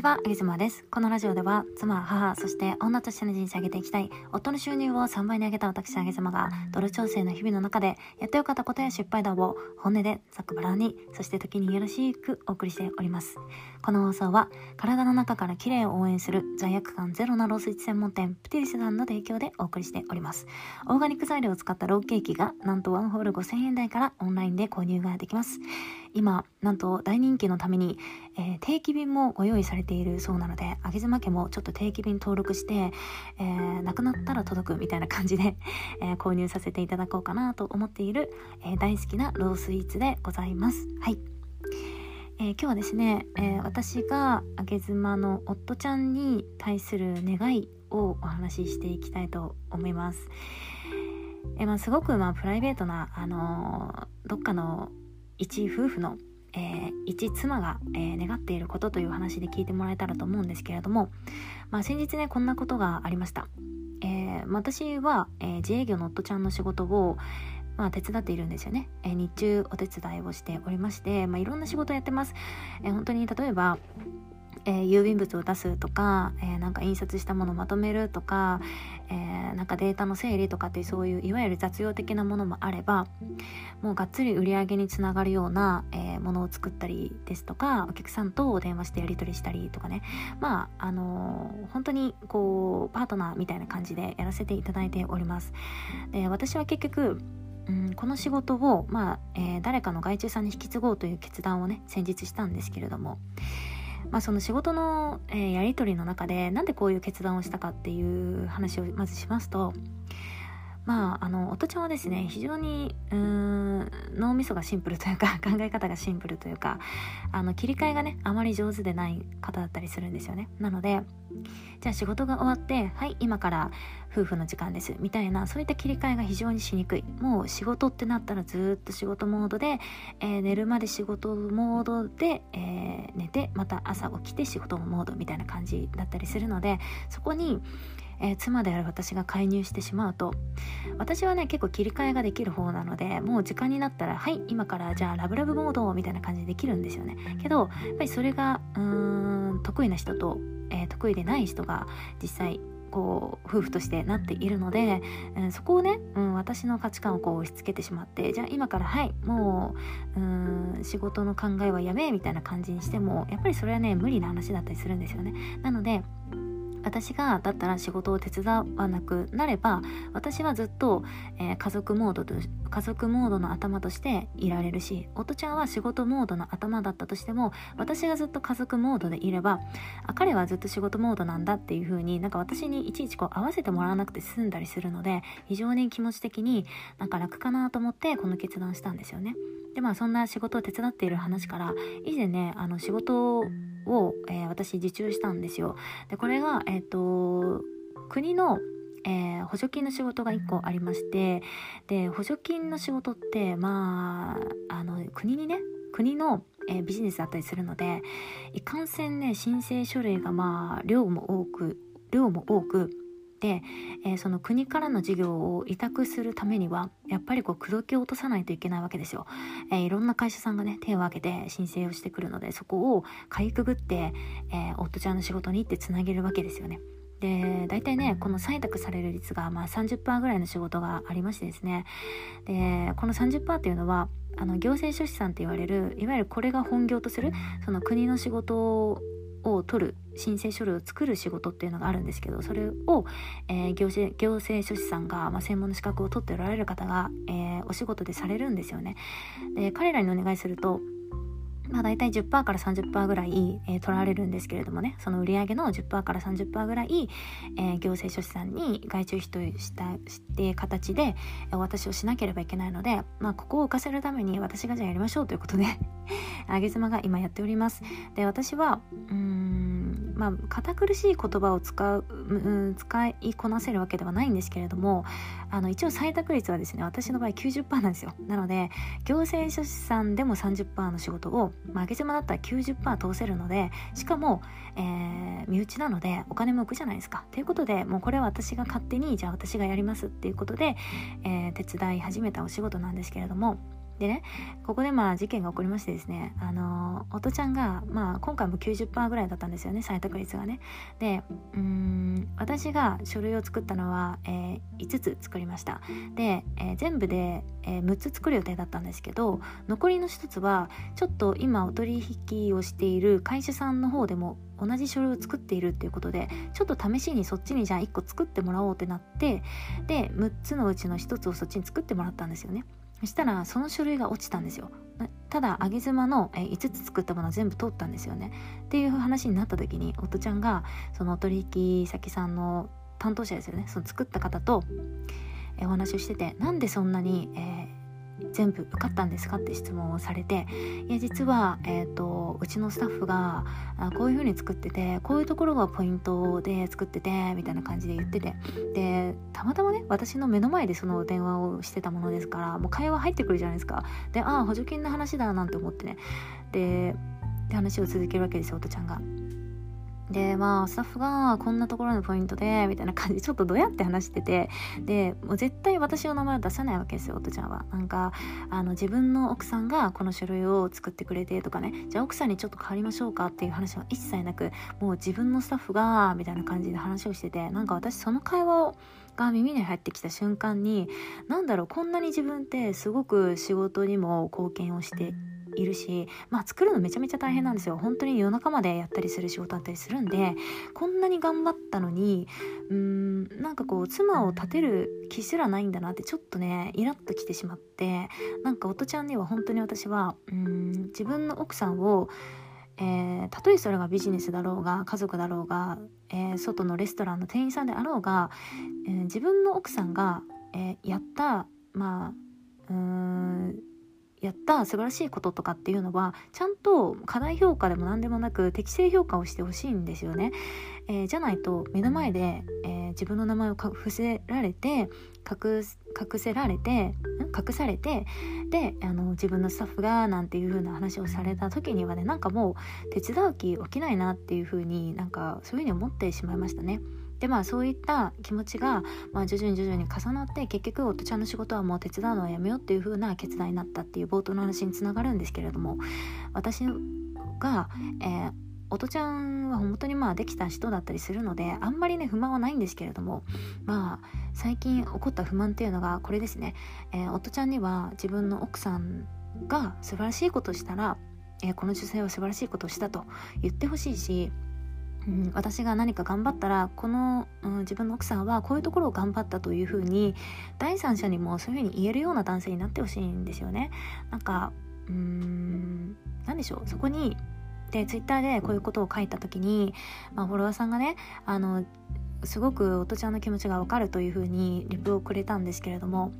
ちは、あげずまです。このラジオでは妻、母、そして女としての人生を上げていきたい夫の収入を3倍に上げた私、あげずまがドル調整の日々の中でやってよかったことや失敗談を本音でざっくばらんに、そして時によろしくお送りしております。この放送は体の中から綺麗を応援する罪悪感ゼロなロースイーツ専門店プティリスさんの提供でお送りしております。オーガニック材料を使ったローケーキがなんと1ホール5000円台からオンラインで購入ができます。今なんと大人気のために、定期便もご用意されているそうなので、あげずま家もちょっと定期便登録して、なくなったら届くみたいな感じで、購入させていただこうかなと思っている、大好きなロースイーツでございます。はい、今日はですね、私があげずまの夫ちゃんに対する願いをお話ししていきたいと思います。すごくプライベートなどっかの一夫婦の、一妻が、願っていることという話で聞いてもらえたらと思うんですけれども、先日ねこんなことがありました。私は、自営業の夫ちゃんの仕事を手伝っているんですよね。日中お手伝いをしておりまして、いろんな仕事をやってます。本当に例えば郵便物を出すとか、なんか印刷したものをまとめるとか、なんかデータの整理とかっていうそういういわゆる雑用的なものもあれば、もうがっつり売り上げにつながるような、ものを作ったりですとか、お客さんと電話してやり取りしたりとかね、本当にこうパートナーみたいな感じでやらせていただいております。で、私は結局この仕事を、誰かの外注さんに引き継ごうという決断をね先日したんですけれども、その仕事の、やり取りの中でなんでこういう決断をしたかっていう話をまずしますと、夫ちゃんはですね非常に脳みそがシンプルというか考え方がシンプルというか、切り替えがねあまり上手でない方だったりするんですよね。なのでじゃあ仕事が終わってはい今から夫婦の時間ですみたいな、そういった切り替えが非常にしにくい。もう仕事ってなったらずっと仕事モードで、寝るまで仕事モードで、寝てまた朝起きて仕事モードみたいな感じだったりするので、そこに妻である私が介入してしまうと、私はね結構切り替えができる方なので、もう時間になったらはい今からじゃあラブラブモードみたいな感じでできるんですよね。けどやっぱりそれが得意な人と、得意でない人が実際こう夫婦としてなっているので、そこをね、私の価値観をこう押し付けてしまって、じゃあ今からはいもう仕事の考えはやめみたいな感じにしても、やっぱりそれはね無理な話だったりするんですよね。なので私がだったら仕事を手伝わなくなれば、私はずっと、家族モードの頭としていられるし、夫ちゃんは仕事モードの頭だったとしても、私がずっと家族モードでいれば、彼はずっと仕事モードなんだっていう風になんか私にいちいちこう合わせてもらわなくて済んだりするので、非常に気持ち的になんか楽かなと思ってこの決断したんですよね。でそんな仕事を手伝っている話から、以前ね仕事を、私受注したんですよ。でこれが、国の、補助金の仕事が1個ありまして、で補助金の仕事って国の、ビジネスだったりするので、いかんせんね申請書類が量も多くで、その国からの事業を委託するためにはやっぱりこう口説き落とさないといけないわけですよ。いろんな会社さんがね手を挙げて申請をしてくるので、そこをかいくぐって、夫ちゃんの仕事にってつなげるわけですよね。で大体ねこの採択される率が30% ぐらいの仕事がありましてですね、でこの 30% っていうのは行政書士さんって言われる、いわゆるこれが本業とするその国の仕事を取る申請書類を作る仕事っていうのがあるんですけど、それを、行政書士さんが、専門の資格を取っておられる方が、お仕事でされるんですよね。で彼らにお願いするとだいたい 10% から 30% ぐらい、取られるんですけれどもね、その売上の 10% から 30% ぐらい、行政書士さんに外注費として形でお渡しをしなければいけないので、ここを浮かせるために私がじゃあやりましょうということであげ妻が今やっております。で私は堅苦しい言葉を使いこなせるわけではないんですけれども、一応採択率はですね私の場合 90% なんですよ。なので行政書士さんでも 30% の仕事をあげ妻だったら 90% 通せるので、しかも、身内なのでお金も浮くじゃないですか。ということでもうこれは私が勝手にじゃあ私がやりますっていうことで、手伝い始めたお仕事なんですけれども、 でね、ここで事件が起こりましてですね、音ちゃんが、今回も 90% ぐらいだったんですよね、採択率がね。で、私が書類を作ったのは、5つ作りました。で、全部で、6つ作る予定だったんですけど、残りの1つはちょっと今お取引をしている会社さんの方でも同じ書類を作っているっていうことで、ちょっと試しにそっちにじゃあ1個作ってもらおうってなって、で6つのうちの1つをそっちに作ってもらったんですよね。そしたらその書類が落ちたんですよ。ただ上げ妻の5つ作ったものは全部通ったんですよねっていう話になった時に、夫ちゃんがそのお取引先さんの担当者ですよね、その作った方とお話をしてて、なんでそんなに、全部受かったんですかって質問をされて、いや実は、うちのスタッフがこういう風に作ってて、こういうところがポイントで作っててみたいな感じで言ってて、でたまたまね私の目の前でその電話をしてたものですから、もう会話入ってくるじゃないですか。で補助金の話だなんて思ってね、で話を続けるわけですよ、おとちゃんが。でスタッフがこんなところのポイントでみたいな感じでちょっとどうやって話してて、でもう絶対私の名前を出さないわけですよ、おとちゃんは。なんか自分の奥さんがこの書類を作ってくれてとかね、じゃあ奥さんにちょっと変わりましょうかっていう話は一切なく、もう自分のスタッフがみたいな感じで話をしてて、なんか私その会話が耳に入ってきた瞬間に、こんなに自分ってすごく仕事にも貢献をしているし、作るのめちゃめちゃ大変なんですよ。本当に夜中までやったりする仕事だったりするんで、こんなに頑張ったのに妻を立てる気すらないんだなってちょっとねイラッときてしまって、音ちゃんには本当に私は自分の奥さんをたとえそれがビジネスだろうが家族だろうが、外のレストランの店員さんであろうが、自分の奥さんが、やったやった素晴らしいこととかっていうのはちゃんと過大評価でも何でもなく適正評価をしてほしいんですよね。じゃないと目の前で、自分の名前を隠されてで自分のスタッフがなんていう風な話をされた時にはね、もう手伝う気起きないなっていう風にそういう風に思ってしまいましたね。でそういった気持ちが、徐々に重なって、結局夫ちゃんの仕事はもう手伝うのはやめようっていう風な決断になったっていう冒頭の話につながるんですけれども、私が、夫ちゃんは本当にできた人だったりするので、あんまりね不満はないんですけれども、最近起こった不満っていうのがこれですね。夫ちゃんには自分の奥さんが素晴らしいことをしたら、この女性は素晴らしいことをしたと言ってほしいし、私が何か頑張ったら自分の奥さんはこういうところを頑張ったというふうに第三者にもそういうふうに言えるような男性になってほしいんですよね。なんでしょう、そこにでツイッターでこういうことを書いた時に、フォロワーさんがねすごく音ちゃんの気持ちが分かるというふうにリプをくれたんですけれども、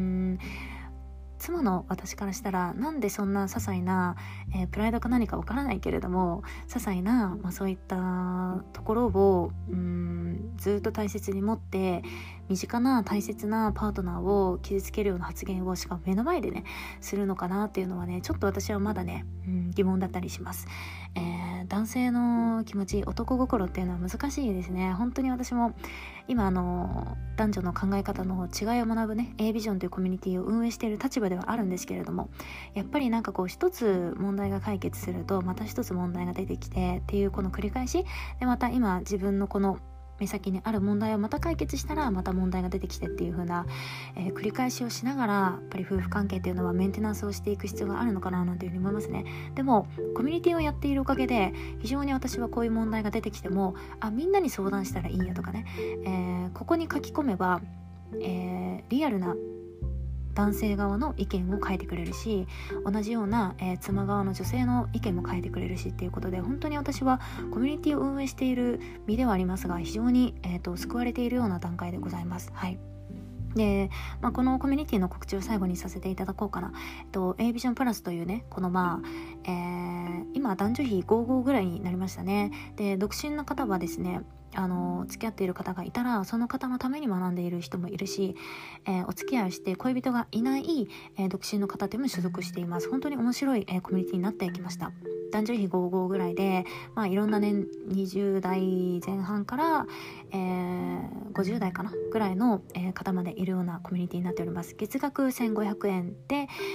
妻の私からしたらなんでそんな些細な、プライドか何かわからないけれども些細な、そういったところをずっと大切に持って身近な大切なパートナーを傷つけるような発言をしかも目の前でねするのかなっていうのはね、ちょっと私はまだね、疑問だったりします。男性の気持ち、男心っていうのは難しいですね。本当に私も今男女の考え方の違いを学ぶね A ビジョンというコミュニティを運営している立場ではあるんですけれども、やっぱり一つ問題が解決するとまた一つ問題が出てきてっていうこの繰り返しで、また今自分のこの目先にある問題をまた解決したらまた問題が出てきてっていう風な、繰り返しをしながらやっぱり夫婦関係っていうのはメンテナンスをしていく必要があるのかななんていう風に思いますね。でもコミュニティをやっているおかげで非常に私はこういう問題が出てきてもみんなに相談したらいいやとかね、ここに書き込めば、リアルな男性側の意見を書いてくれるし、同じような、妻側の女性の意見も書いてくれるしっていうことで、本当に私はコミュニティを運営している身ではありますが非常に、救われているような段階でございます。はい。で、このコミュニティの告知を最後にさせていただこうかな。A ビジョンプラスというね、この今男女比55ぐらいになりましたね。で、独身の方はですね、付き合っている方がいたらその方のために学んでいる人もいるし、お付き合いをして恋人がいない、独身の方でも所属しています。本当に面白い、コミュニティになってきました。男女比55ぐらいで、いろんな年20代前半から、50代かなぐらいの、方までいるようなコミュニティになっております。月額1500円で、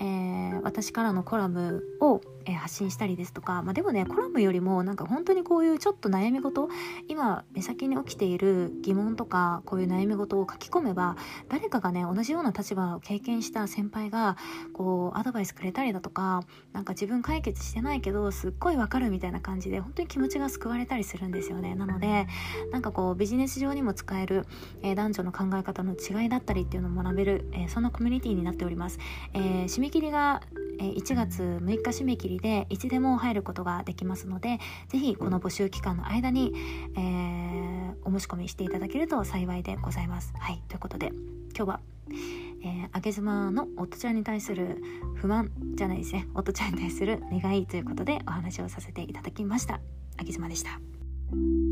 私からのコラムを、発信したりですとか、でもねコラムよりもなんか本当にこういうちょっと悩み事、今目先に起きている疑問とかこういう悩み事を書き込めば、誰かがね同じような立場を経験した先輩がこうアドバイスくれたりだとか、なんか自分解決してないけどすっごいわかるみたいな感じで本当に気持ちが救われたりするんですよね。なのでなんかこうビジネス上にも使える、男女の考え方の違いだったりっていうのを学べる、そんなコミュニティになっております。締め切りが1月6日締め切りでいつでも入ることができますので、ぜひこの募集期間の間に、お申し込みしていただけると幸いでございます。はい、ということで今日は、あげ妻の夫ちゃんに対する不満じゃないですね、夫ちゃんに対する願いということでお話をさせていただきました。あげ妻でした。